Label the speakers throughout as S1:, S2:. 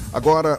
S1: Agora,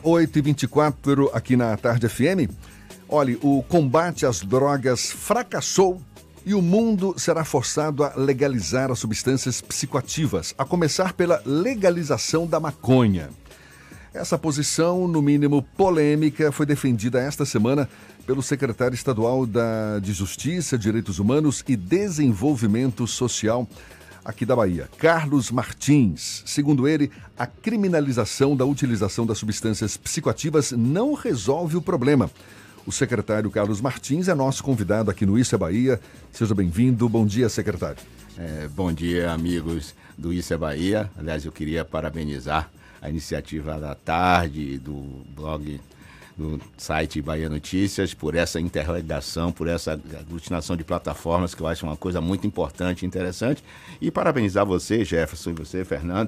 S1: 8h24 aqui na Tarde FM. Olha, o combate às drogas fracassou e o mundo será forçado a legalizar as substâncias psicoativas, a começar pela legalização da maconha. Essa posição, no mínimo polêmica, foi defendida esta semana pelo secretário estadual de Justiça, Direitos Humanos e Desenvolvimento Social aqui da Bahia, Carlos Martins. Segundo ele, a criminalização da utilização das substâncias psicoativas não resolve o problema. O secretário Carlos Martins é nosso convidado aqui no Isso é Bahia. Seja bem-vindo. Bom dia, secretário.
S2: Bom dia, amigos do Isso é Bahia. Aliás, eu queria parabenizar a iniciativa da tarde, do blog, do site Bahia Notícias, por essa interligação, por essa aglutinação de plataformas, que eu acho uma coisa muito importante e interessante. E parabenizar você, Jefferson, e você, Fernando,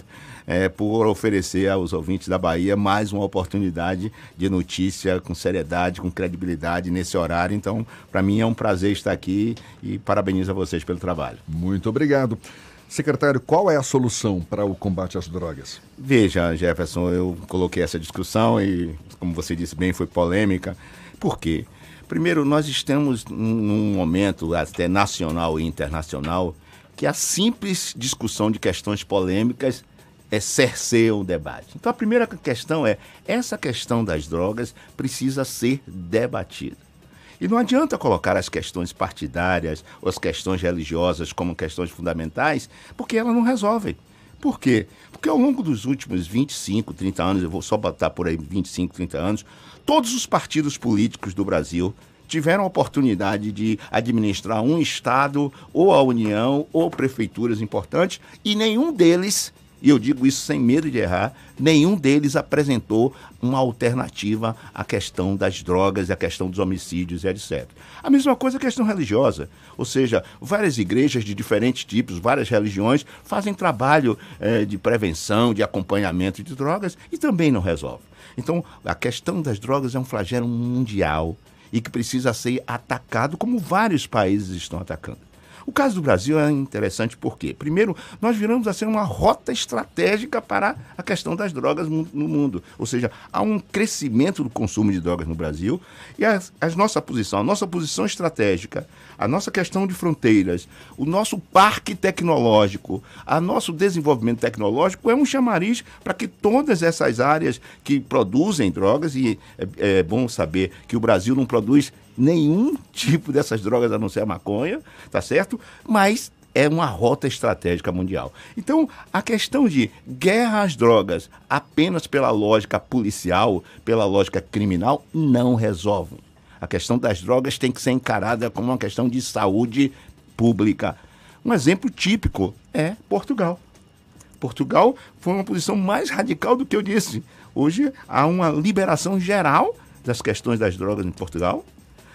S2: por oferecer aos ouvintes da Bahia mais uma oportunidade de notícia com seriedade, com credibilidade nesse horário. Então, para mim é um prazer estar aqui e parabenizo a vocês pelo trabalho.
S1: Muito obrigado. Secretário, qual é a solução para o combate às drogas?
S2: Veja, Jefferson, eu coloquei essa discussão e, como você disse bem, foi polêmica. Por quê? Primeiro, nós estamos num momento até nacional e internacional que a simples discussão de questões polêmicas cerceia o debate. Então, a primeira questão essa questão das drogas precisa ser debatida. E não adianta colocar as questões partidárias ou as questões religiosas como questões fundamentais, porque elas não resolvem. Por quê? Porque ao longo dos últimos 25, 30 anos, eu vou só botar por aí 25, 30 anos, todos os partidos políticos do Brasil tiveram a oportunidade de administrar um Estado, ou a União, ou prefeituras importantes, e nenhum deles, e eu digo isso sem medo de errar, nenhum deles apresentou uma alternativa à questão das drogas, à questão dos homicídios e etc. A mesma coisa a questão religiosa, ou seja, várias igrejas de diferentes tipos, várias religiões fazem trabalho de prevenção, de acompanhamento de drogas e também não resolve. Então, a questão das drogas é um flagelo mundial e que precisa ser atacado como vários países estão atacando. O caso do Brasil é interessante porque, primeiro, nós viramos a ser uma rota estratégica para a questão das drogas no mundo. Ou seja, há um crescimento do consumo de drogas no Brasil e a nossa posição estratégica, a nossa questão de fronteiras, o nosso parque tecnológico, o nosso desenvolvimento tecnológico é um chamariz para que todas essas áreas que produzem drogas, e é bom saber que o Brasil não produz nenhum tipo dessas drogas a não ser a maconha, tá certo? Mas é uma rota estratégica mundial. Então, a questão de guerra às drogas apenas pela lógica policial, pela lógica criminal, não resolve. A questão das drogas tem que ser encarada como uma questão de saúde pública. Um exemplo típico é Portugal. Portugal foi uma posição mais radical do que eu disse. Hoje há uma liberação geral das questões das drogas em Portugal.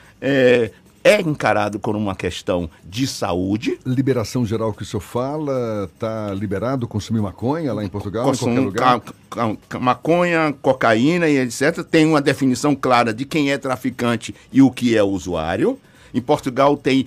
S2: É encarado como uma questão de saúde.
S1: Liberação geral que o senhor fala, está liberado consumir maconha lá em Portugal, em qualquer lugar?
S2: Maconha, cocaína e etc. Tem uma definição clara de quem é traficante e o que é usuário. Em Portugal tem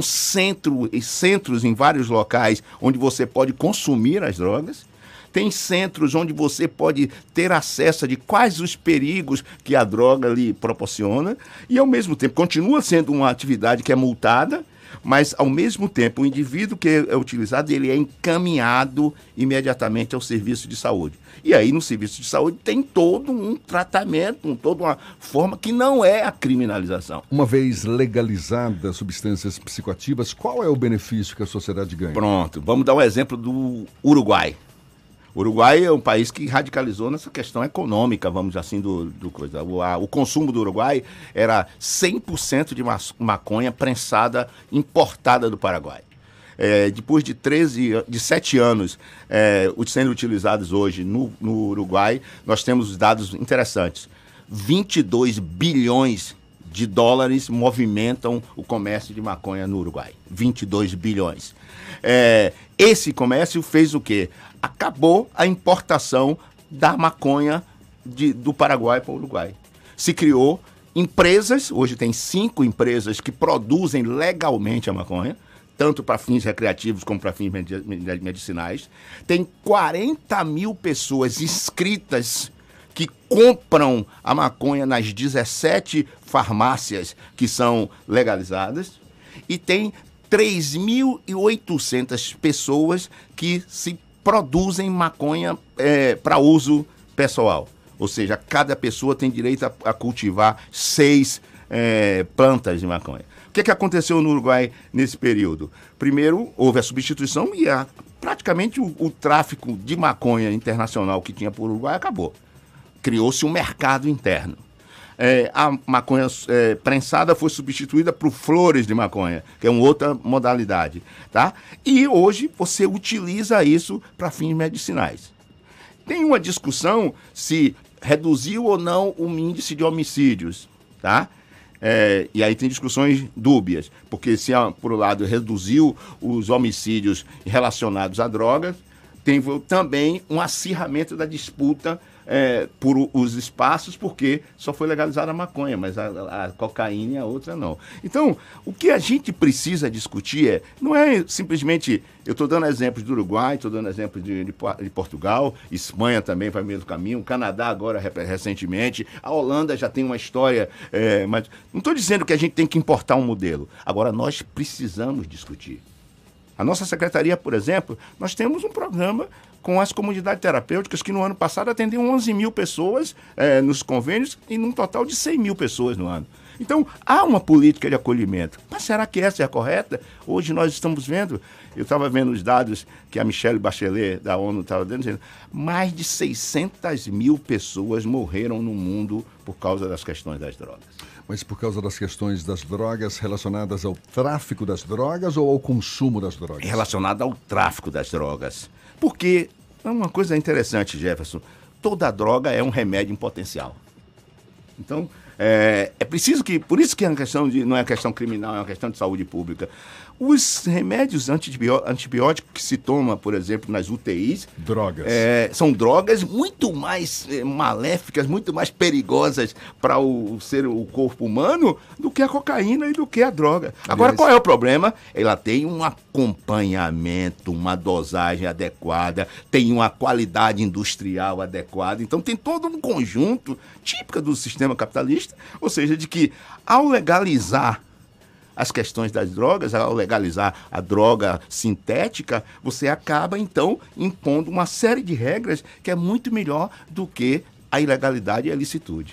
S2: centros em vários locais onde você pode consumir as drogas. Tem centros onde você pode ter acesso de quais os perigos que a droga lhe proporciona e, ao mesmo tempo, continua sendo uma atividade que é multada, mas, ao mesmo tempo, o indivíduo que é utilizado, ele é encaminhado imediatamente ao serviço de saúde. E aí, no serviço de saúde, tem todo um tratamento, toda uma forma que não é a criminalização.
S1: Uma vez legalizadas substâncias psicoativas, qual é o benefício que a sociedade ganha?
S2: Pronto, vamos dar um exemplo do Uruguai. O Uruguai é um país que radicalizou nessa questão econômica, vamos dizer assim, do coisa. O consumo do Uruguai era 100% de maconha prensada, importada do Paraguai. Depois de 7 anos sendo utilizados hoje no Uruguai, nós temos dados interessantes. 22 bilhões de dólares movimentam o comércio de maconha no Uruguai. 22 bilhões. Esse comércio fez o quê? Acabou a importação da maconha do Paraguai para o Uruguai. Se criou empresas, hoje tem 5 empresas que produzem legalmente a maconha, tanto para fins recreativos como para fins medicinais. Tem 40 mil pessoas inscritas que compram a maconha nas 17 farmácias que são legalizadas e tem 3.800 pessoas que se produzem maconha para uso pessoal. Ou seja, cada pessoa tem direito a cultivar 6 plantas de maconha. O que aconteceu no Uruguai nesse período? Primeiro, houve a substituição e praticamente o tráfico de maconha internacional que tinha por Uruguai acabou. Criou-se um mercado interno. A maconha prensada foi substituída por flores de maconha, que é uma outra modalidade. Tá? E hoje você utiliza isso para fins medicinais. Tem uma discussão se reduziu ou não o índice de homicídios. Tá? E aí tem discussões dúbias, porque se, por um lado, reduziu os homicídios relacionados a drogas, tem também um acirramento da disputa por os espaços, porque só foi legalizada a maconha, mas a cocaína e a outra não. Então, o que a gente precisa discutir não é simplesmente... Eu estou dando exemplos do Uruguai, estou dando exemplos de Portugal, Espanha também vai no mesmo caminho, o Canadá agora, recentemente, a Holanda já tem uma história, mas não estou dizendo que a gente tem que importar um modelo. Agora, nós precisamos discutir. A nossa secretaria, por exemplo, nós temos um programa com as comunidades terapêuticas que no ano passado atendiam 11 mil pessoas nos convênios e num total de 100 mil pessoas no ano. Então, há uma política de acolhimento. Mas será que essa é a correta? Hoje nós estamos vendo, eu estava vendo os dados que a Michelle Bachelet, da ONU, estava dizendo, mais de 600 mil pessoas morreram no mundo por causa das questões das drogas.
S1: Mas por causa das questões das drogas relacionadas ao tráfico das drogas ou ao consumo das drogas?
S2: Relacionada ao tráfico das drogas. Porque é uma coisa interessante, Jefferson, toda droga é um remédio em potencial. Então, é preciso que, por isso que é uma questão não é uma questão criminal, é uma questão de saúde pública. Os remédios antibióticos que se toma, por exemplo, nas UTIs...
S1: Drogas.
S2: São drogas muito mais maléficas, muito mais perigosas para o corpo humano do que a cocaína e do que a droga. Agora, qual é o problema? Ela tem um acompanhamento, uma dosagem adequada, tem uma qualidade industrial adequada. Então, tem todo um conjunto típico do sistema capitalista, ou seja, de que ao legalizar as questões das drogas, ao legalizar a droga sintética, você acaba, então, impondo uma série de regras que é muito melhor do que a ilegalidade e a licitude.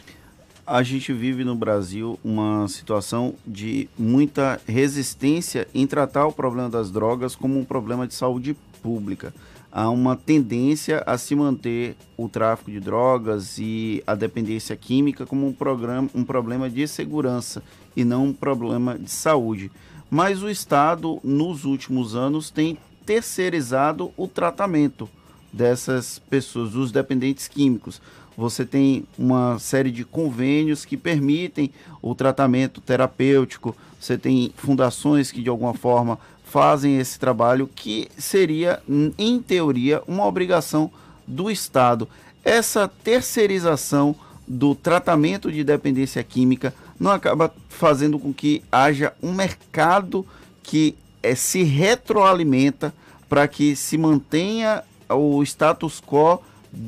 S3: A gente vive no Brasil uma situação de muita resistência em tratar o problema das drogas como um problema de saúde pública. Há uma tendência a se manter o tráfico de drogas e a dependência química como um problema de segurança e não um problema de saúde. Mas o Estado, nos últimos anos, tem terceirizado o tratamento dessas pessoas, dos dependentes químicos. Você tem uma série de convênios que permitem o tratamento terapêutico, você tem fundações que, de alguma forma, fazem esse trabalho que seria, em teoria, uma obrigação do Estado. Essa terceirização do tratamento de dependência química não acaba fazendo com que haja um mercado que se retroalimenta para que se mantenha o status quo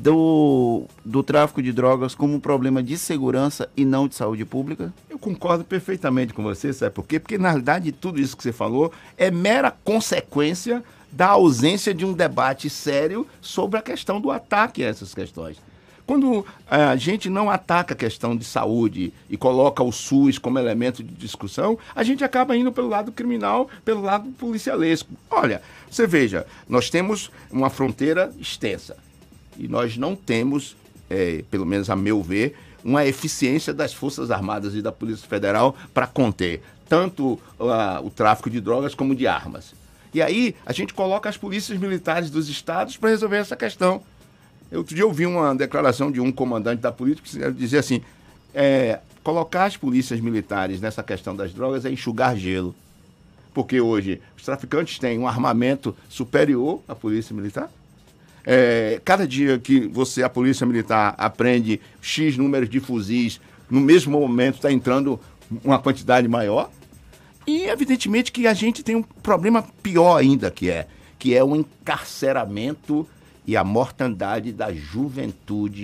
S3: do tráfico de drogas como um problema de segurança e não de saúde pública?
S2: Eu concordo perfeitamente com você, sabe por quê? Porque, na realidade, tudo isso que você falou é mera consequência da ausência de um debate sério sobre a questão do ataque a essas questões. Quando a gente não ataca a questão de saúde e coloca o SUS como elemento de discussão, a gente acaba indo pelo lado criminal, pelo lado policialesco. Olha, você veja, nós temos uma fronteira extensa. E nós não temos, pelo menos a meu ver, uma eficiência das Forças Armadas e da Polícia Federal para conter tanto o tráfico de drogas como de armas. E aí a gente coloca as polícias militares dos estados para resolver essa questão. Outro dia eu vi uma declaração de um comandante da polícia que dizia assim, colocar as polícias militares nessa questão das drogas é enxugar gelo. Porque hoje os traficantes têm um armamento superior à polícia militar. Cada dia que a polícia militar apreende X números de fuzis, no mesmo momento está entrando uma quantidade maior. E evidentemente que a gente tem um problema pior ainda, que é o encarceramento e a mortandade da juventude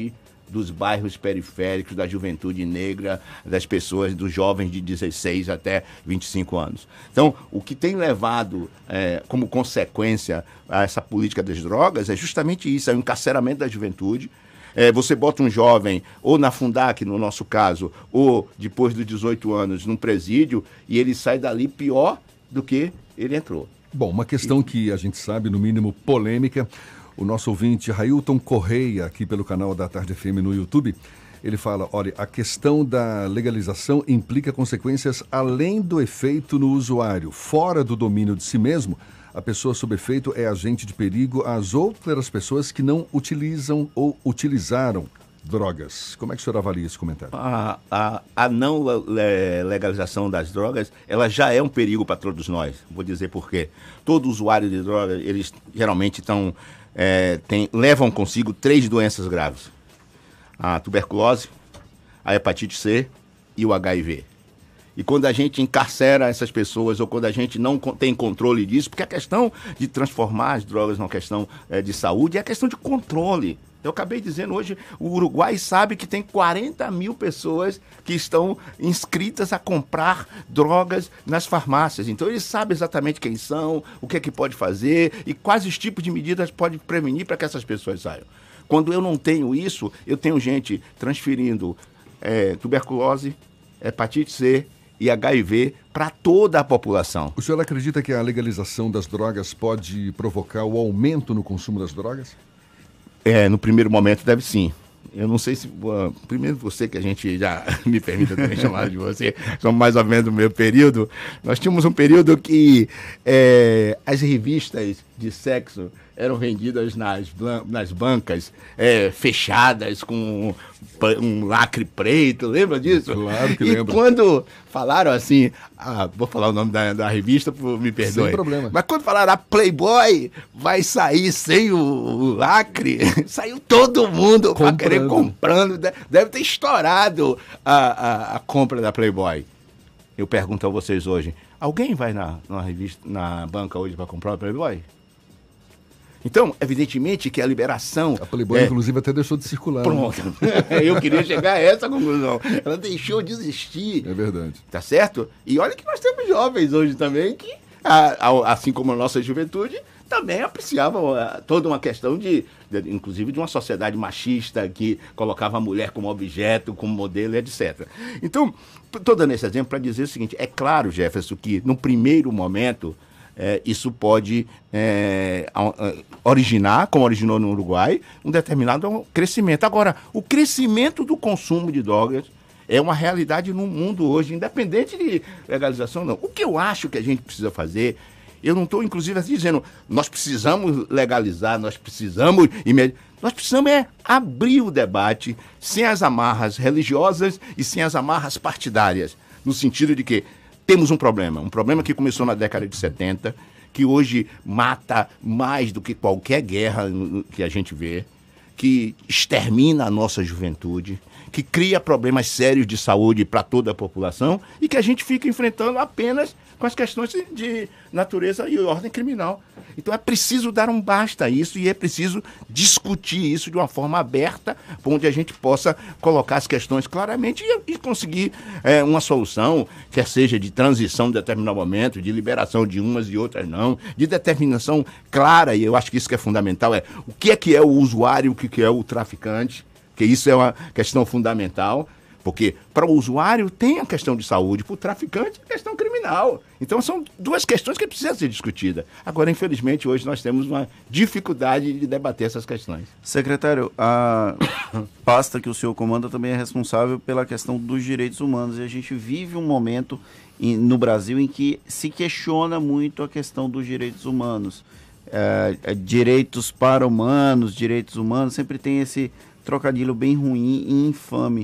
S2: dos bairros periféricos, da juventude negra, das pessoas, dos jovens de 16 até 25 anos. Então, o que tem levado como consequência a essa política das drogas é justamente isso, é o encarceramento da juventude. Você bota um jovem, ou na Fundac, no nosso caso, ou depois dos 18 anos, num presídio, e ele sai dali pior do que ele entrou.
S1: Bom, uma questão que a gente sabe, no mínimo polêmica, o nosso ouvinte Railton Correia, aqui pelo canal da Tarde FM no YouTube, ele fala, olha, a questão da legalização implica consequências além do efeito no usuário. Fora do domínio de si mesmo, a pessoa sob efeito é agente de perigo às outras pessoas que não utilizam ou utilizaram drogas. Como é que o senhor avalia esse comentário?
S2: A não legalização das drogas, ela já é um perigo para todos nós. Vou dizer por quê. Todo usuário de drogas, eles geralmente levam consigo 3 doenças graves. A tuberculose, a hepatite C e o HIV. E quando a gente encarcera essas pessoas ou quando a gente não tem controle disso, porque a questão de transformar as drogas numa questão de saúde é a questão de controle. Eu acabei dizendo hoje, o Uruguai sabe que tem 40 mil pessoas que estão inscritas a comprar drogas nas farmácias. Então, eles sabem exatamente quem são, o que é que pode fazer e quais os tipos de medidas pode prevenir para que essas pessoas saiam. Quando eu não tenho isso, eu tenho gente transferindo tuberculose, hepatite C e HIV para toda a população.
S1: O senhor acredita que a legalização das drogas pode provocar o aumento no consumo das drogas?
S2: No primeiro momento deve sim. Eu não sei se... primeiro você, que a gente já me permita também chamar de você, somos mais ou menos do meu período. Nós tínhamos um período que as revistas de sexo eram vendidas nas bancas fechadas com um lacre preto, lembra disso?
S1: Claro que lembro.
S2: E quando falaram assim, vou falar o nome da revista, me perdoe.
S1: Sem problema.
S2: Mas quando falaram a Playboy vai sair sem o lacre, saiu todo mundo para querer comprando. Deve ter estourado a compra da Playboy. Eu pergunto a vocês hoje, alguém vai na revista, na banca hoje para comprar a Playboy? Então, evidentemente que a liberação...
S1: A Playboy, inclusive, até deixou de circular.
S2: Pronto. Né? Eu queria chegar a essa conclusão. Ela deixou de existir.
S1: É verdade.
S2: Tá certo? E olha que nós temos jovens hoje também que, assim como a nossa juventude, também apreciavam toda uma questão inclusive de uma sociedade machista que colocava a mulher como objeto, como modelo, etc. Então, estou dando esse exemplo para dizer o seguinte, é claro, Jefferson, que no primeiro momento... isso pode originar, como originou no Uruguai, um determinado crescimento. Agora, o crescimento do consumo de drogas é uma realidade no mundo hoje, independente de legalização ou não. O que eu acho que a gente precisa fazer, eu não estou, inclusive, assim, dizendo nós precisamos legalizar, nós precisamos abrir o debate sem as amarras religiosas e sem as amarras partidárias, no sentido de que temos um problema que começou na década de 70, que hoje mata mais do que qualquer guerra que a gente vê, que extermina a nossa juventude, que cria problemas sérios de saúde para toda a população e que a gente fica enfrentando apenas com as questões de natureza e ordem criminal. Então é preciso dar um basta a isso e é preciso discutir isso de uma forma aberta, onde a gente possa colocar as questões claramente e conseguir uma solução, quer seja de transição em determinado momento, de liberação de umas e outras não, de determinação clara, e eu acho que isso que é fundamental, o que é o usuário, o que é o traficante, que isso é uma questão fundamental. Porque para o usuário tem a questão de saúde, para o traficante a questão criminal. Então são duas questões que precisam ser discutidas. Agora, infelizmente, hoje nós temos uma dificuldade de debater essas questões.
S3: Secretário, a pasta que o senhor comanda também é responsável pela questão dos direitos humanos. E a gente vive um momento no Brasil em que se questiona muito a questão dos direitos humanos. Direitos para humanos, direitos humanos, sempre tem esse trocadilho bem ruim e infame.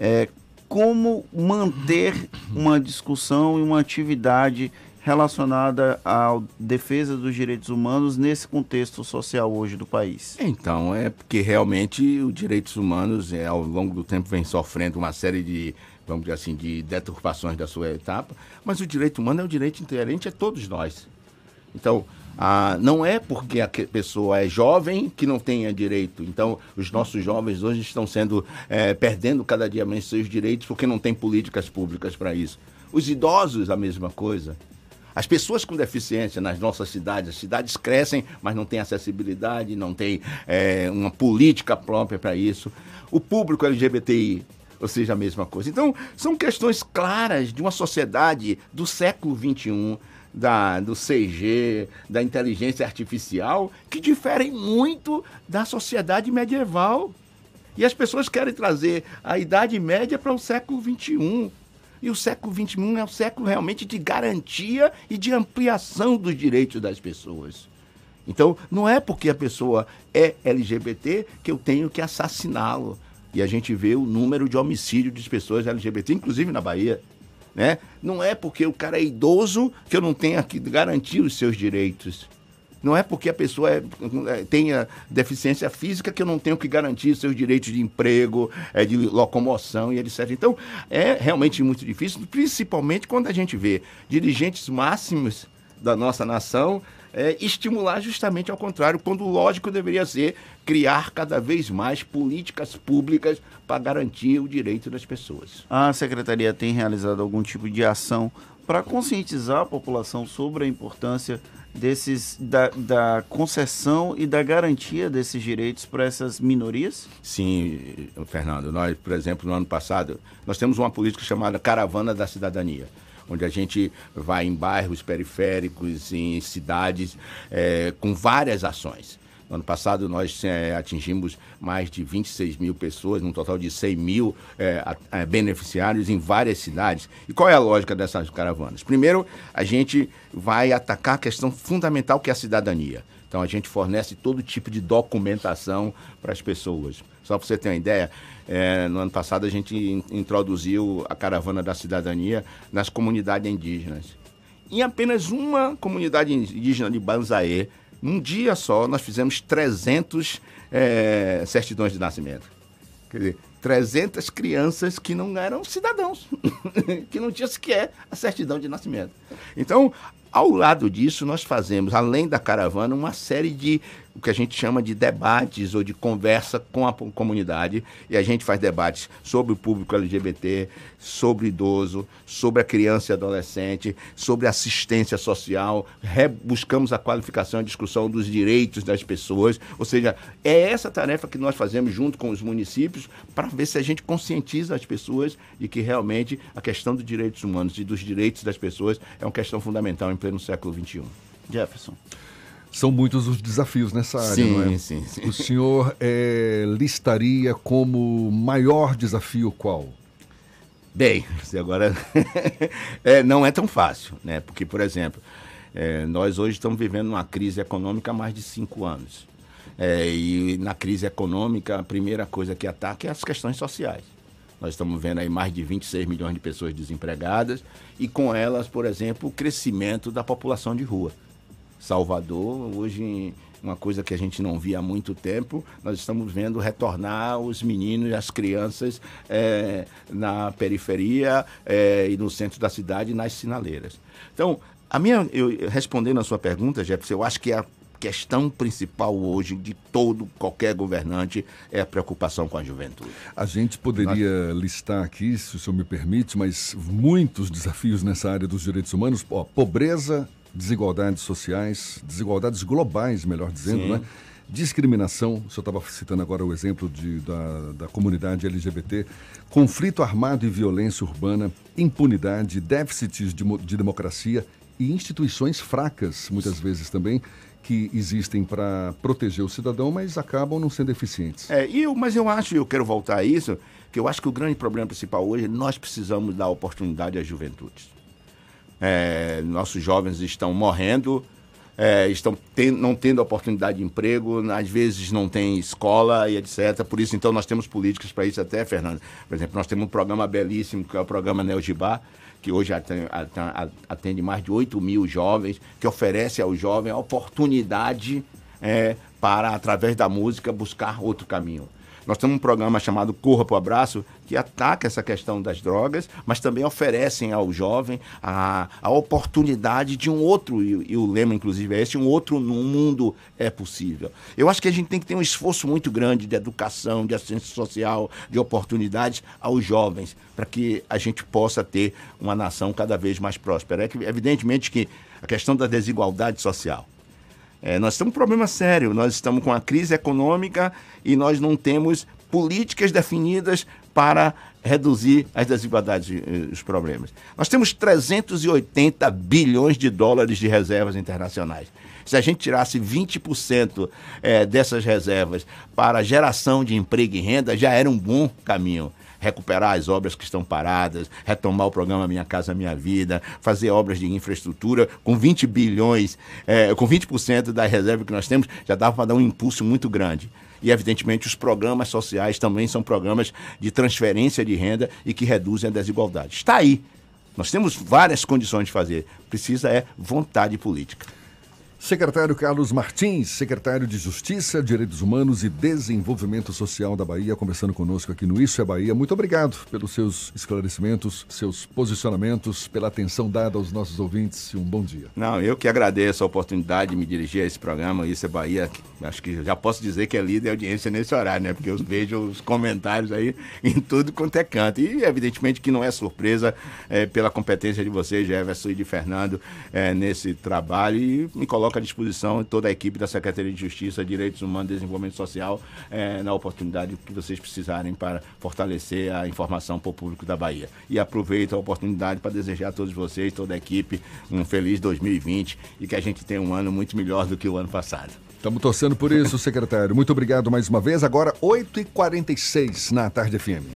S3: Como manter uma discussão e uma atividade relacionada à defesa dos direitos humanos nesse contexto social hoje do país?
S2: Então, porque realmente os direitos humanos, ao longo do tempo, vem sofrendo uma série de, vamos dizer assim, de deturpações da sua etapa, mas o direito humano é um direito inerente a todos nós. Então, Não é porque a pessoa é jovem que não tenha direito. Então, os nossos jovens hoje estão perdendo cada dia mais seus direitos porque não tem políticas públicas para isso. Os idosos, a mesma coisa. As pessoas com deficiência nas nossas cidades, as cidades crescem, mas não tem acessibilidade, não tem uma política própria para isso. O público LGBTI, ou seja, a mesma coisa. Então, são questões claras de uma sociedade do século XXI, do CG, da inteligência artificial, que diferem muito da sociedade medieval. E as pessoas querem trazer a Idade Média para o século XXI. E o século XXI é um século realmente de garantia e de ampliação dos direitos das pessoas. Então, não é porque a pessoa é LGBT que eu tenho que assassiná-lo. E a gente vê o número de homicídios de pessoas LGBT, inclusive na Bahia. Né? Não é porque o cara é idoso que eu não tenho que garantir os seus direitos. Não é porque a pessoa tenha deficiência física que eu não tenho que garantir os seus direitos de emprego, de locomoção e etc. Então, é realmente muito difícil, principalmente quando a gente vê dirigentes máximos da nossa nação estimular justamente ao contrário, quando o lógico deveria ser criar cada vez mais políticas públicas para garantir o direito das pessoas.
S3: A Secretaria tem realizado algum tipo de ação para conscientizar a população sobre a importância da concessão e da garantia desses direitos para essas minorias?
S2: Sim, Fernando. Nós, por exemplo, no ano passado, nós temos uma política chamada Caravana da Cidadania, onde a gente vai em bairros periféricos, em cidades, com várias ações. No ano passado, nós atingimos mais de 26 mil pessoas, num total de 100 mil beneficiários em várias cidades. E qual é a lógica dessas caravanas? Primeiro, a gente vai atacar a questão fundamental que é a cidadania. Então, a gente fornece todo tipo de documentação para as pessoas. Só para você ter uma ideia, no ano passado a gente introduziu a Caravana da Cidadania nas comunidades indígenas. Em apenas uma comunidade indígena de Banzaê, num dia só, nós fizemos 300 certidões de nascimento. Quer dizer, 300 crianças que não eram cidadãos, que não tinham sequer a certidão de nascimento. Então, ao lado disso, nós fazemos, além da caravana, uma série de o que a gente chama de debates ou de conversa com a comunidade. E a gente faz debates sobre o público LGBT, sobre o idoso, sobre a criança e adolescente, sobre assistência social. Buscamos a qualificação e a discussão dos direitos das pessoas. Ou seja, é essa tarefa que nós fazemos junto com os municípios para ver se a gente conscientiza as pessoas de que realmente a questão dos direitos humanos e dos direitos das pessoas é uma questão fundamental em pleno século XXI.
S3: Jefferson.
S1: São muitos os desafios nessa área,
S2: sim,
S1: não é?
S2: Sim.
S1: O senhor listaria como maior desafio qual?
S2: Bem, agora não é tão fácil, né? Porque, por exemplo, nós hoje estamos vivendo uma crise econômica há mais de 5 anos. E na crise econômica, a primeira coisa que ataca é as questões sociais. Nós estamos vendo aí mais de 26 milhões de pessoas desempregadas e com elas, por exemplo, o crescimento da população de rua. Salvador, hoje, uma coisa que a gente não via há muito tempo, nós estamos vendo retornar os meninos e as crianças na periferia e no centro da cidade, nas sinaleiras. Então, respondendo a sua pergunta, Jefferson, eu acho que a questão principal hoje de qualquer governante é a preocupação com a juventude.
S1: A gente poderia listar aqui, se o senhor me permite, mas muitos desafios nessa área dos direitos humanos. Pobreza, desigualdades sociais, desigualdades globais, melhor dizendo, né? Discriminação, o senhor estava citando agora o exemplo da comunidade LGBT, conflito armado e violência urbana, impunidade, déficits de democracia e instituições fracas, muitas vezes também, que existem para proteger o cidadão, mas acabam não sendo eficientes.
S2: Mas eu quero voltar a isso, que eu acho que o grande problema principal hoje é que nós precisamos dar oportunidade às juventudes. Nossos jovens estão morrendo, estão não tendo oportunidade de emprego, às vezes não tem escola e etc. Por isso, então, nós temos políticas para isso até, Fernando. Por exemplo, nós temos um programa belíssimo, que é o programa Neogibá, que hoje atende mais de 8 mil jovens, que oferece ao jovem a oportunidade para, através da música, buscar outro caminho. Nós temos um programa chamado Corra pro Abraço, que ataca essa questão das drogas, mas também oferecem ao jovem a oportunidade de um outro, e o lema, inclusive, é esse: um outro mundo é possível. Eu acho que a gente tem que ter um esforço muito grande de educação, de assistência social, de oportunidades aos jovens, para que a gente possa ter uma nação cada vez mais próspera. É que, evidentemente, que a questão da desigualdade social, nós temos um problema sério, nós estamos com uma crise econômica e nós não temos políticas definidas para reduzir as desigualdades e os problemas. Nós temos 380 bilhões de dólares de reservas internacionais. Se a gente tirasse 20% dessas reservas para geração de emprego e renda, já era um bom caminho. Recuperar as obras que estão paradas, retomar o programa Minha Casa Minha Vida, fazer obras de infraestrutura com 20 bilhões, com 20% da reserva que nós temos, já dava para dar um impulso muito grande. E, evidentemente, os programas sociais também são programas de transferência de renda e que reduzem a desigualdade. Está aí. Nós temos várias condições de fazer. Precisa vontade política.
S1: Secretário Carlos Martins, secretário de Justiça, Direitos Humanos e Desenvolvimento Social da Bahia, conversando conosco aqui no Isso é Bahia. Muito obrigado pelos seus esclarecimentos, seus posicionamentos, pela atenção dada aos nossos ouvintes e um bom dia.
S2: Não, eu que agradeço a oportunidade de me dirigir a esse programa, Isso é Bahia. Acho que já posso dizer que é líder de audiência nesse horário, né? Porque eu vejo os comentários aí em tudo quanto é canto. E, evidentemente, que não é surpresa pela competência de vocês, Jefferson e de Fernando, nesse trabalho, e me coloco à disposição toda a equipe da Secretaria de Justiça, Direitos Humanos e Desenvolvimento Social na oportunidade que vocês precisarem para fortalecer a informação para o público da Bahia. E aproveito a oportunidade para desejar a todos vocês, toda a equipe, um feliz 2020 e que a gente tenha um ano muito melhor do que o ano passado.
S1: Estamos torcendo por isso, secretário. Muito obrigado mais uma vez. Agora, 8h46 na Tarde FM.